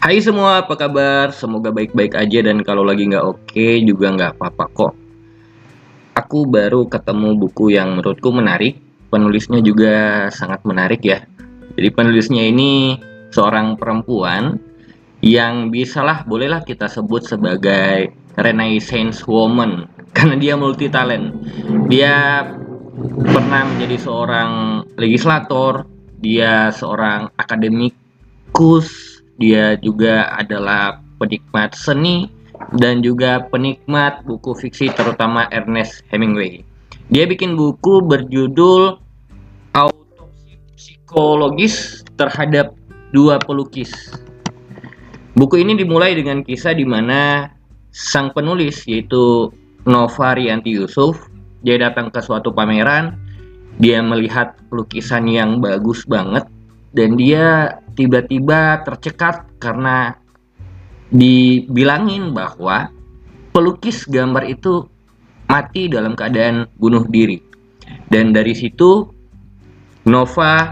Hai semua, apa kabar? Semoga baik-baik aja dan kalau lagi nggak oke juga nggak apa-apa kok. Aku baru ketemu buku yang menurutku menarik, penulisnya juga sangat menarik ya. Jadi penulisnya ini seorang perempuan yang bisalah, bolehlah kita sebut sebagai Renaissance woman karena dia multi talent. Dia pernah menjadi seorang legislator, dia seorang akademikus, dia juga adalah penikmat seni dan juga penikmat buku fiksi terutama Ernest Hemingway. Dia bikin buku berjudul Autopsi Psikologis Terhadap Dua Pelukis. Buku ini dimulai dengan kisah di mana sang penulis yaitu Nova Rianti Yusuf, dia datang ke suatu pameran, dia melihat lukisan yang bagus banget dan dia tiba-tiba tercekat karena dibilangin bahwa pelukis gambar itu mati dalam keadaan bunuh diri. Dan dari situ Nova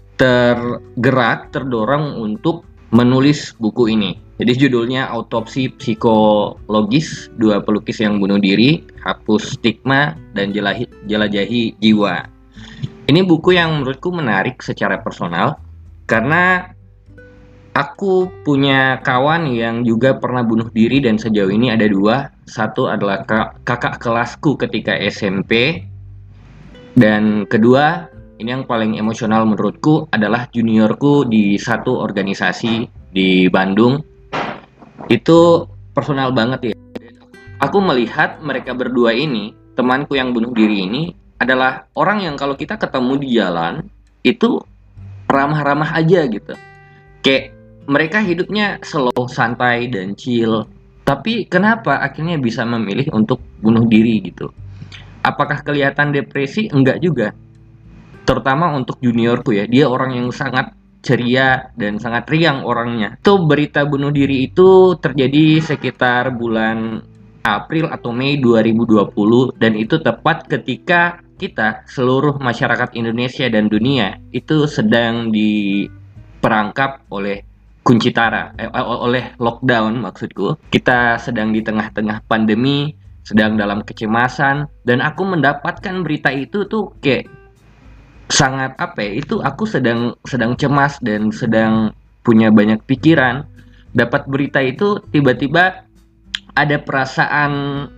terdorong untuk menulis buku ini. Jadi judulnya Autopsi Psikologis Dua Pelukis yang Bunuh Diri, Hapus Stigma dan Jelajahi Jiwa. Ini buku yang menurutku menarik secara personal karena aku punya kawan yang juga pernah bunuh diri dan sejauh ini ada dua. Satu adalah kakak kelasku ketika SMP dan kedua, ini yang paling emosional menurutku adalah juniorku di satu organisasi di Bandung. Itu personal banget ya. Aku melihat mereka berdua ini, temanku yang bunuh diri ini adalah orang yang kalau kita ketemu di jalan itu ramah-ramah aja gitu. Kayak mereka hidupnya slow, santai dan chill. Tapi kenapa akhirnya bisa memilih untuk bunuh diri gitu? Apakah kelihatan depresi? Enggak juga. Terutama untuk juniorku ya, dia orang yang sangat ceria dan sangat riang orangnya. Itu berita bunuh diri itu terjadi sekitar bulan April atau Mei 2020 dan itu tepat ketika kita seluruh masyarakat Indonesia dan dunia itu sedang diperangkap oleh oleh lockdown maksudku. Kita sedang di tengah-tengah pandemi, sedang dalam kecemasan dan aku mendapatkan berita itu tuh kayak sangat apa ya, itu aku sedang cemas dan sedang punya banyak pikiran. Dapat berita itu tiba-tiba ada perasaan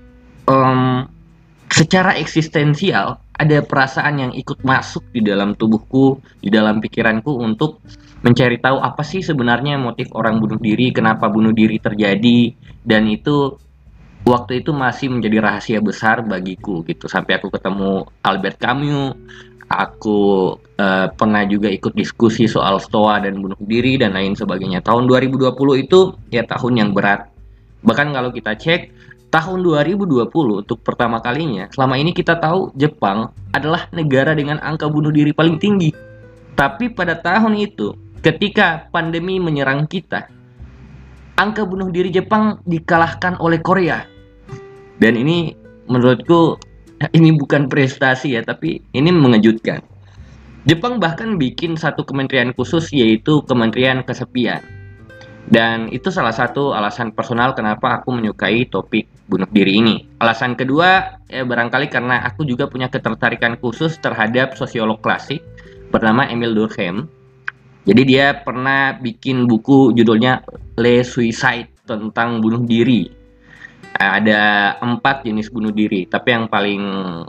secara eksistensial, ada perasaan yang ikut masuk di dalam tubuhku, di dalam pikiranku untuk mencari tahu apa sih sebenarnya motif orang bunuh diri, kenapa bunuh diri terjadi, dan itu waktu itu masih menjadi rahasia besar bagiku gitu. Sampai aku ketemu Albert Camus, aku pernah juga ikut diskusi soal Stoa dan bunuh diri dan lain sebagainya. Tahun 2020 itu ya tahun yang berat. Bahkan kalau kita cek tahun 2020 untuk pertama kalinya, selama ini kita tahu Jepang adalah negara dengan angka bunuh diri paling tinggi. Tapi pada tahun itu, ketika pandemi menyerang kita, angka bunuh diri Jepang dikalahkan oleh Korea. Dan ini menurutku ini bukan prestasi ya, tapi ini mengejutkan. Jepang bahkan bikin satu kementerian khusus yaitu Kementerian Kesepian. Dan itu salah satu alasan personal kenapa aku menyukai topik bunuh diri ini. Alasan kedua, ya barangkali karena aku juga punya ketertarikan khusus terhadap sosiolog klasik bernama Emile Durkheim. Jadi dia pernah bikin buku judulnya Le Suicide tentang bunuh diri. Ada 4 jenis bunuh diri, tapi yang paling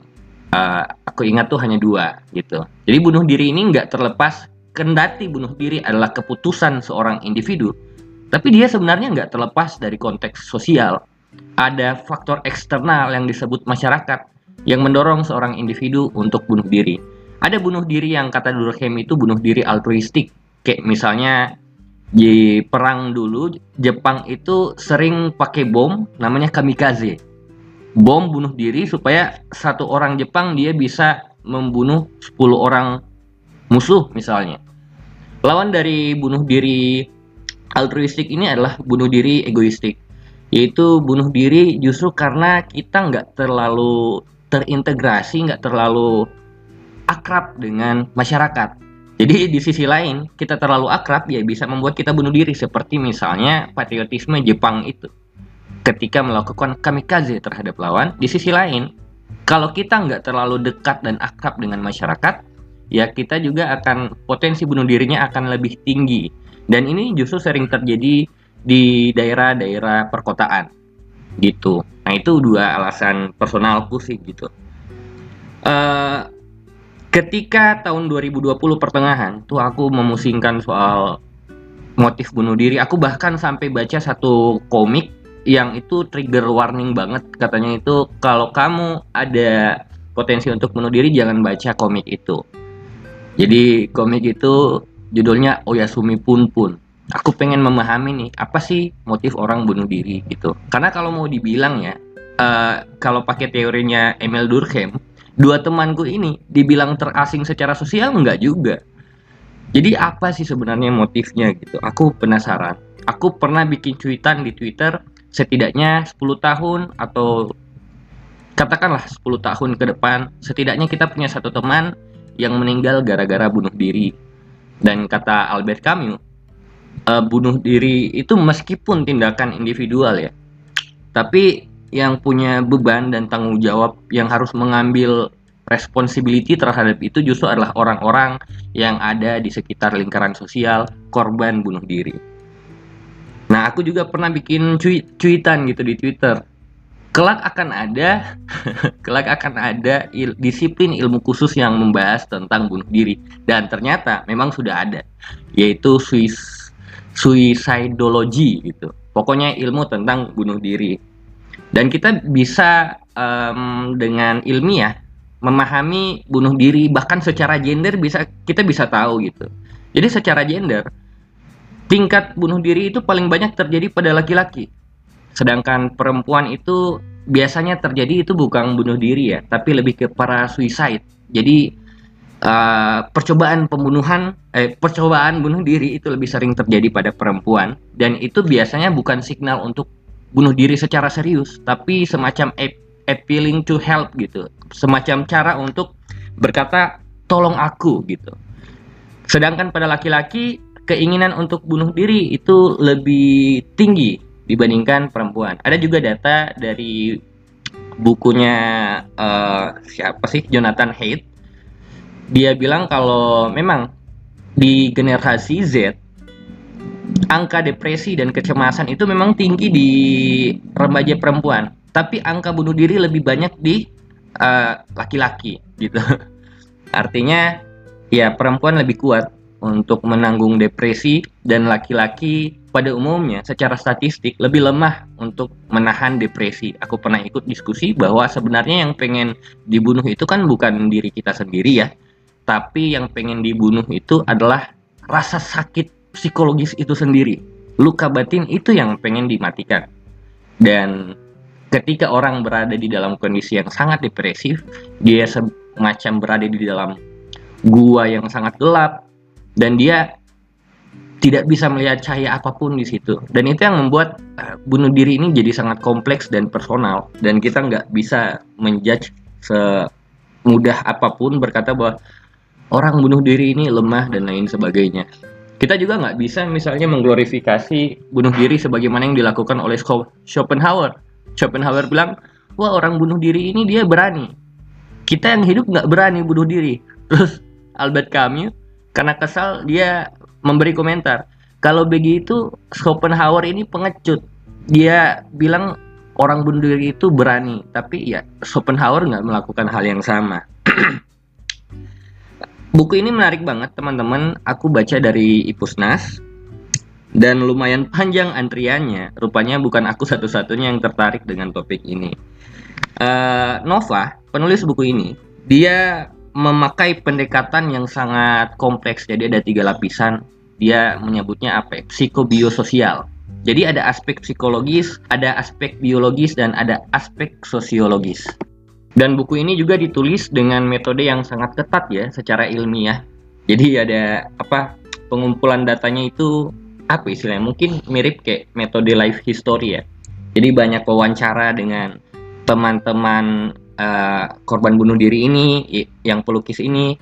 aku ingat tuh hanya 2 gitu. Jadi bunuh diri ini nggak terlepas, kendati bunuh diri adalah keputusan seorang individu, tapi dia sebenarnya nggak terlepas dari konteks sosial. Ada faktor eksternal yang disebut masyarakat yang mendorong seorang individu untuk bunuh diri. Ada bunuh diri yang kata Durkheim itu bunuh diri altruistik. Kayak misalnya di perang dulu Jepang itu sering pakai bom namanya kamikaze. Bom bunuh diri supaya satu orang Jepang dia bisa membunuh 10 orang musuh misalnya. Lawan dari bunuh diri altruistik ini adalah bunuh diri egoistik, yaitu bunuh diri justru karena kita nggak terlalu terintegrasi, nggak terlalu akrab dengan masyarakat. Jadi di sisi lain, kita terlalu akrab ya bisa membuat kita bunuh diri, seperti misalnya patriotisme Jepang itu ketika melakukan kamikaze terhadap lawan. Di sisi lain, kalau kita nggak terlalu dekat dan akrab dengan masyarakat, ya kita juga akan potensi bunuh dirinya akan lebih tinggi. Dan ini justru sering terjadi di daerah-daerah perkotaan gitu. Nah itu dua alasan personalku sih gitu. Eh, Ketika tahun 2020 pertengahan tuh aku memusingkan soal motif bunuh diri. Aku bahkan sampai baca satu komik yang itu trigger warning banget. Katanya itu kalau kamu ada potensi untuk bunuh diri jangan baca komik itu. Jadi komik itu judulnya Oyasumi Pun Pun. Aku pengen memahami nih apa sih motif orang bunuh diri gitu. Karena kalau mau dibilang ya, kalau pakai teorinya Emil Durkheim, dua temanku ini dibilang terasing secara sosial enggak juga. Jadi apa sih sebenarnya motifnya gitu? Aku penasaran. Aku pernah bikin cuitan di Twitter setidaknya 10 tahun atau katakanlah 10 tahun ke depan, setidaknya kita punya satu teman yang meninggal gara-gara bunuh diri. Dan kata Albert Camus, bunuh diri itu meskipun tindakan individual ya, tapi yang punya beban dan tanggung jawab yang harus mengambil responsibility terhadap itu justru adalah orang-orang yang ada di sekitar lingkaran sosial korban bunuh diri. Nah, aku juga pernah bikin cuitan gitu di Twitter. Kelak akan ada kelak akan ada disiplin ilmu khusus yang membahas tentang bunuh diri, dan ternyata memang sudah ada, yaitu suicidology gitu. Pokoknya ilmu tentang bunuh diri. Dan kita bisa dengan ilmiah memahami bunuh diri, bahkan secara gender kita bisa tahu gitu. Jadi secara gender, tingkat bunuh diri itu paling banyak terjadi pada laki-laki. Sedangkan perempuan itu biasanya terjadi itu bukan bunuh diri ya, tapi lebih ke para suicide. Jadi percobaan bunuh diri itu lebih sering terjadi pada perempuan, dan itu biasanya bukan signal untuk bunuh diri secara serius, tapi semacam appealing to help gitu, semacam cara untuk berkata tolong aku gitu. Sedangkan pada laki-laki keinginan untuk bunuh diri itu lebih tinggi dibandingkan perempuan. Ada juga data dari bukunya siapa sih, Jonathan Haidt. Dia bilang kalau memang di generasi Z angka depresi dan kecemasan itu memang tinggi di remaja perempuan, tapi angka bunuh diri lebih banyak di laki-laki gitu. Artinya ya perempuan lebih kuat untuk menanggung depresi, dan laki-laki pada umumnya secara statistik lebih lemah untuk menahan depresi. Aku pernah ikut diskusi bahwa sebenarnya yang pengen dibunuh itu kan bukan diri kita sendiri ya, tapi yang pengen dibunuh itu adalah rasa sakit psikologis itu sendiri. Luka batin itu yang pengen dimatikan. Dan ketika orang berada di dalam kondisi yang sangat depresif, dia semacam berada di dalam gua yang sangat gelap, dan dia tidak bisa melihat cahaya apapun di situ. Dan itu yang membuat bunuh diri ini jadi sangat kompleks dan personal, dan kita nggak bisa menjudge semudah apapun berkata bahwa orang bunuh diri ini lemah dan lain sebagainya. Kita juga nggak bisa misalnya mengglorifikasi bunuh diri sebagaimana yang dilakukan oleh Schopenhauer. Schopenhauer bilang, wah orang bunuh diri ini dia berani. Kita yang hidup nggak berani bunuh diri. Terus Albert Camus karena kesal dia memberi komentar, kalau begitu Schopenhauer ini pengecut. Dia bilang orang bunuh diri itu berani, tapi ya Schopenhauer nggak melakukan hal yang sama. Buku ini menarik banget teman-teman, aku baca dari Ipusnas dan lumayan panjang antriannya. Rupanya bukan aku satu-satunya yang tertarik dengan topik ini. Nova, penulis buku ini, dia memakai pendekatan yang sangat kompleks. Jadi ada 3 lapisan. Dia menyebutnya apa ya? Psikobiososial. Jadi ada aspek psikologis, ada aspek biologis, dan ada aspek sosiologis. Dan buku ini juga ditulis dengan metode yang sangat ketat ya, secara ilmiah. Jadi ada pengumpulan datanya itu apa istilahnya? Mungkin mirip kayak metode life history ya. Jadi banyak wawancara dengan teman-teman korban bunuh diri ini, yang pelukis ini,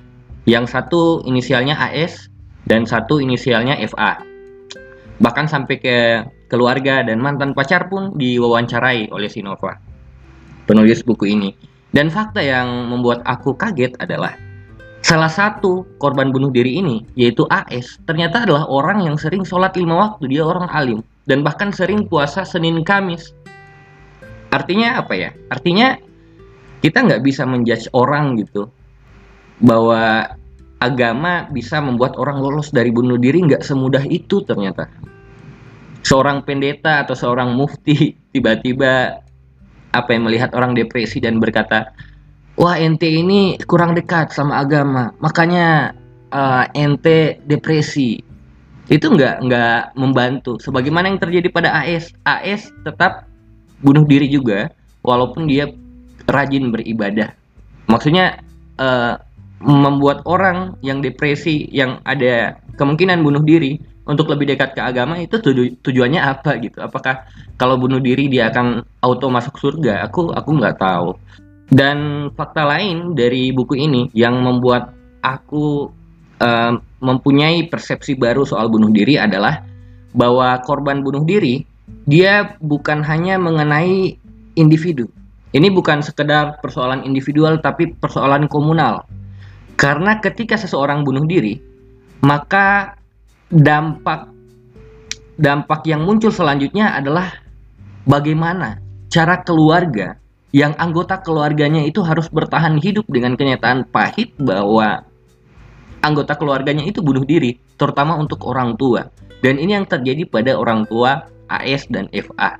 Yang satu inisialnya AS dan satu inisialnya FA. Bahkan sampai ke keluarga dan mantan pacar pun diwawancarai oleh si Nova, penulis buku ini. Dan fakta yang membuat aku kaget adalah salah satu korban bunuh diri ini, yaitu AS, ternyata adalah orang yang sering sholat 5 waktu. Dia orang alim dan bahkan sering puasa Senin Kamis. Artinya apa ya? Artinya kita nggak bisa menjudge orang gitu, bahwa agama bisa membuat orang lolos dari bunuh diri. Nggak semudah itu ternyata. Seorang pendeta atau seorang mufti tiba-tiba melihat orang depresi dan berkata, wah ente ini kurang dekat sama agama, makanya ente depresi. Itu nggak membantu. Sebagaimana yang terjadi pada AS. AS tetap bunuh diri juga, walaupun dia rajin beribadah. Maksudnya membuat orang yang depresi, yang ada kemungkinan bunuh diri, untuk lebih dekat ke agama, itu tujuannya apa gitu? Apakah kalau bunuh diri dia akan auto masuk surga? Aku nggak tahu. Dan fakta lain dari buku ini yang membuat aku mempunyai persepsi baru soal bunuh diri adalah bahwa korban bunuh diri dia bukan hanya mengenai individu. Ini bukan sekedar persoalan individual tapi persoalan komunal. Karena ketika seseorang bunuh diri, maka dampak yang muncul selanjutnya adalah bagaimana cara keluarga yang anggota keluarganya itu harus bertahan hidup dengan kenyataan pahit bahwa anggota keluarganya itu bunuh diri, terutama untuk orang tua. Dan ini yang terjadi pada orang tua AS dan FA.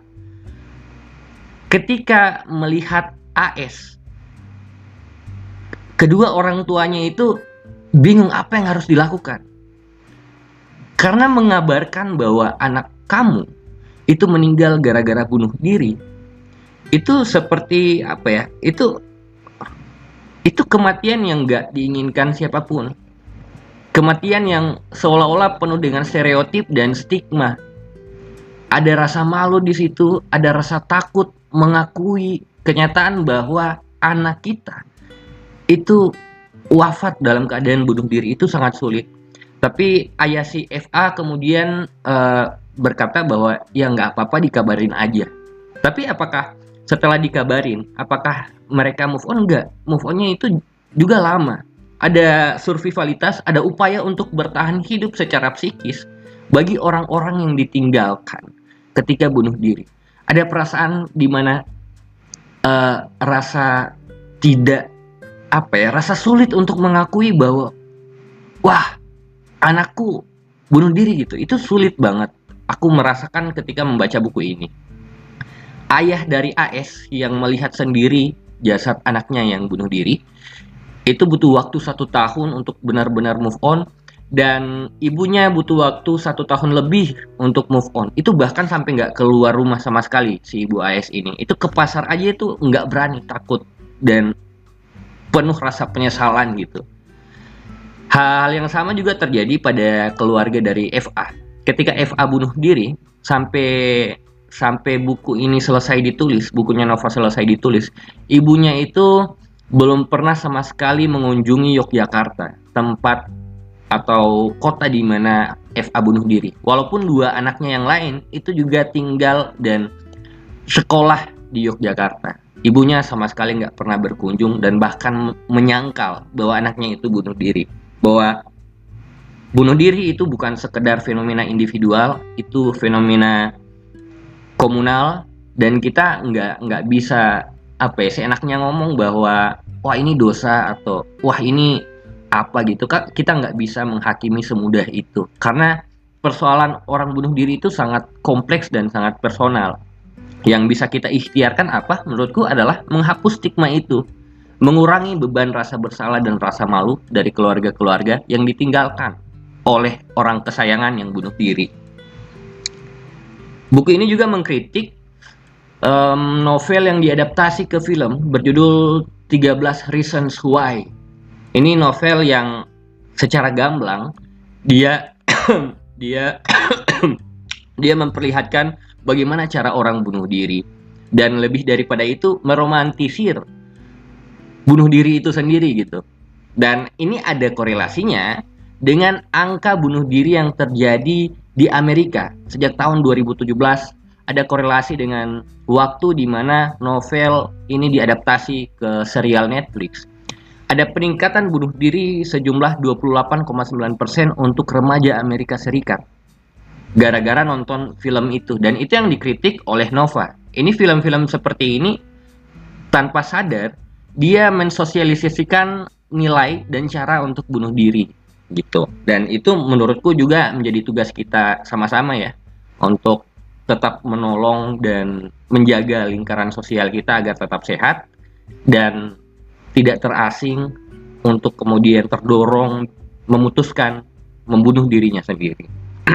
Ketika melihat AS, kedua orang tuanya itu bingung apa yang harus dilakukan. Karena mengabarkan bahwa anak kamu itu meninggal gara-gara bunuh diri, itu seperti apa ya? Itu kematian yang nggak diinginkan siapapun. Kematian yang seolah-olah penuh dengan stereotip dan stigma. Ada rasa malu di situ, ada rasa takut mengakui kenyataan bahwa anak kita itu wafat dalam keadaan bunuh diri. Itu sangat sulit. Tapi ayah si FA kemudian berkata bahwa ya nggak apa-apa, dikabarin aja. Tapi apakah setelah dikabarin, apakah mereka move on? Nggak. Move onnya itu juga lama. Ada survivalitas, ada upaya untuk bertahan hidup secara psikis bagi orang-orang yang ditinggalkan ketika bunuh diri. Ada perasaan di mana rasa tidak rasa sulit untuk mengakui bahwa wah, anakku bunuh diri gitu. Itu sulit banget. Aku merasakan ketika membaca buku ini. Ayah dari AS yang melihat sendiri jasad anaknya yang bunuh diri, itu butuh waktu 1 tahun untuk benar-benar move on. Dan ibunya butuh waktu 1 tahun lebih untuk move on. Itu bahkan sampai nggak keluar rumah sama sekali si ibu AS ini. Itu ke pasar aja itu nggak berani, takut. Dan penuh rasa penyesalan gitu. Hal yang sama juga terjadi pada keluarga dari FA. Ketika FA bunuh diri, sampai buku ini selesai ditulis, bukunya Nova selesai ditulis, ibunya itu belum pernah sama sekali mengunjungi Yogyakarta, tempat atau kota di mana FA bunuh diri. Walaupun 2 anaknya yang lain itu juga tinggal dan sekolah di Yogyakarta. Ibunya sama sekali nggak pernah berkunjung dan bahkan menyangkal bahwa anaknya itu bunuh diri. Bahwa bunuh diri itu bukan sekedar fenomena individual, itu fenomena komunal, dan kita nggak bisa seenaknya ngomong bahwa wah ini dosa atau wah ini apa gitu. Kita nggak bisa menghakimi semudah itu, karena persoalan orang bunuh diri itu sangat kompleks dan sangat personal. Yang bisa kita ikhtiarkan menurutku adalah menghapus stigma itu, mengurangi beban rasa bersalah dan rasa malu dari keluarga-keluarga yang ditinggalkan oleh orang kesayangan yang bunuh diri. Buku ini juga mengkritik novel yang diadaptasi ke film berjudul 13 Reasons Why. Ini novel yang secara gamblang dia dia memperlihatkan bagaimana cara orang bunuh diri, dan lebih daripada itu meromantisir bunuh diri itu sendiri gitu. Dan ini ada korelasinya dengan angka bunuh diri yang terjadi di Amerika sejak tahun 2017. Ada korelasi dengan waktu di mana novel ini diadaptasi ke serial Netflix. Ada peningkatan bunuh diri sejumlah 28,9% untuk remaja Amerika Serikat gara-gara nonton film itu, dan itu yang dikritik oleh Nova. Ini film-film seperti ini tanpa sadar dia mensosialisasikan nilai dan cara untuk bunuh diri gitu. Dan itu menurutku juga menjadi tugas kita sama-sama ya untuk tetap menolong dan menjaga lingkaran sosial kita agar tetap sehat dan tidak terasing untuk kemudian terdorong memutuskan membunuh dirinya sendiri.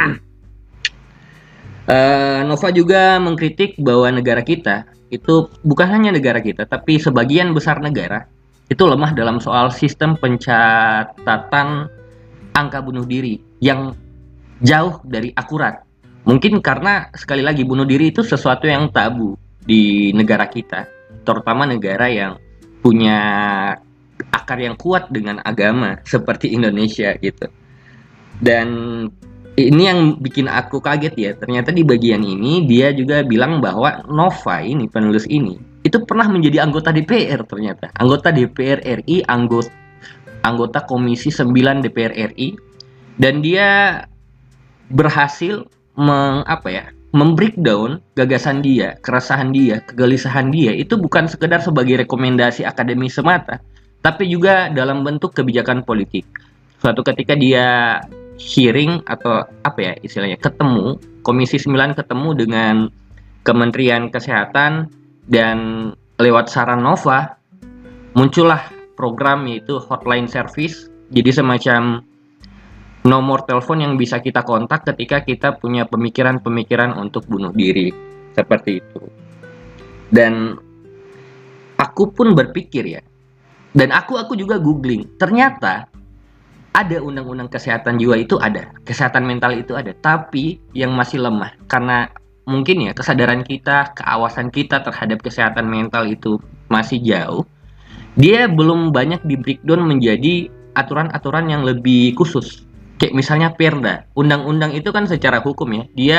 Nova juga mengkritik bahwa negara kita itu bukan hanya negara kita, tapi sebagian besar negara itu lemah dalam soal sistem pencatatan angka bunuh diri yang jauh dari akurat. Mungkin karena sekali lagi bunuh diri itu sesuatu yang tabu di negara kita, terutama negara yang punya akar yang kuat dengan agama seperti Indonesia gitu. Dan ini yang bikin aku kaget ya, ternyata di bagian ini dia juga bilang bahwa Nova ini, penulis ini, itu pernah menjadi anggota DPR ternyata. Anggota DPR RI, anggota Komisi 9 DPR RI, dan dia berhasil membreakdown gagasan dia, keresahan dia, kegelisahan dia, itu bukan sekedar sebagai rekomendasi akademis semata, tapi juga dalam bentuk kebijakan politik. Suatu ketika dia hearing atau istilahnya ketemu, Komisi 9 ketemu dengan Kementerian Kesehatan, dan lewat saran Nova muncullah program yaitu hotline service. Jadi semacam nomor telepon yang bisa kita kontak ketika kita punya pemikiran-pemikiran untuk bunuh diri seperti itu. Dan aku pun berpikir ya, dan aku juga googling, ternyata ada undang-undang kesehatan jiwa itu ada, kesehatan mental itu ada, tapi yang masih lemah karena mungkin ya kesadaran kita, keawasan kita terhadap kesehatan mental itu masih jauh. Dia belum banyak di breakdown menjadi aturan-aturan yang lebih khusus. Kayak misalnya Perda, undang-undang itu kan secara hukum ya, dia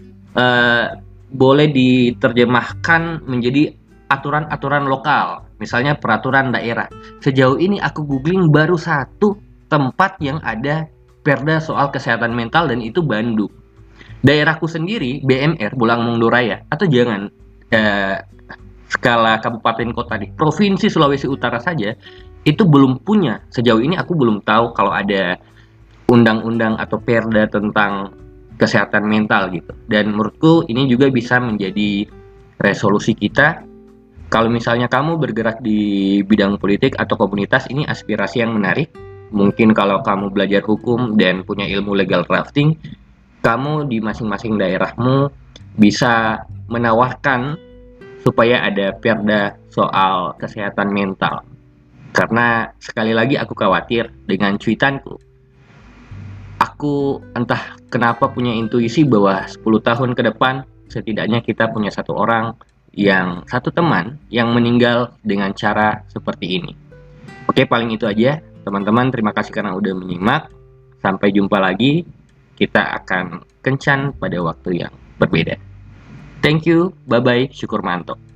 boleh diterjemahkan menjadi aturan-aturan lokal, misalnya peraturan daerah. Sejauh ini aku googling baru satu tempat yang ada Perda soal kesehatan mental, dan itu Bandung. Daerahku sendiri, BMR, Bulang Mungdoraya, atau jangan skala kabupaten kota di Provinsi Sulawesi Utara saja, itu belum punya. Sejauh ini aku belum tahu kalau ada undang-undang atau perda tentang kesehatan mental gitu. Dan menurutku ini juga bisa menjadi resolusi kita. Kalau misalnya kamu bergerak di bidang politik atau komunitas, ini aspirasi yang menarik. Mungkin kalau kamu belajar hukum dan punya ilmu legal drafting, kamu di masing-masing daerahmu bisa menawarkan supaya ada perda soal kesehatan mental. Karena sekali lagi aku khawatir dengan cuitanku, aku entah kenapa punya intuisi bahwa 10 tahun ke depan setidaknya kita punya satu teman yang meninggal dengan cara seperti ini. Oke, paling itu aja teman-teman. Terima kasih karena udah menyimak. Sampai jumpa lagi. Kita akan kencan pada waktu yang berbeda. Thank you, bye-bye, syukur mantok.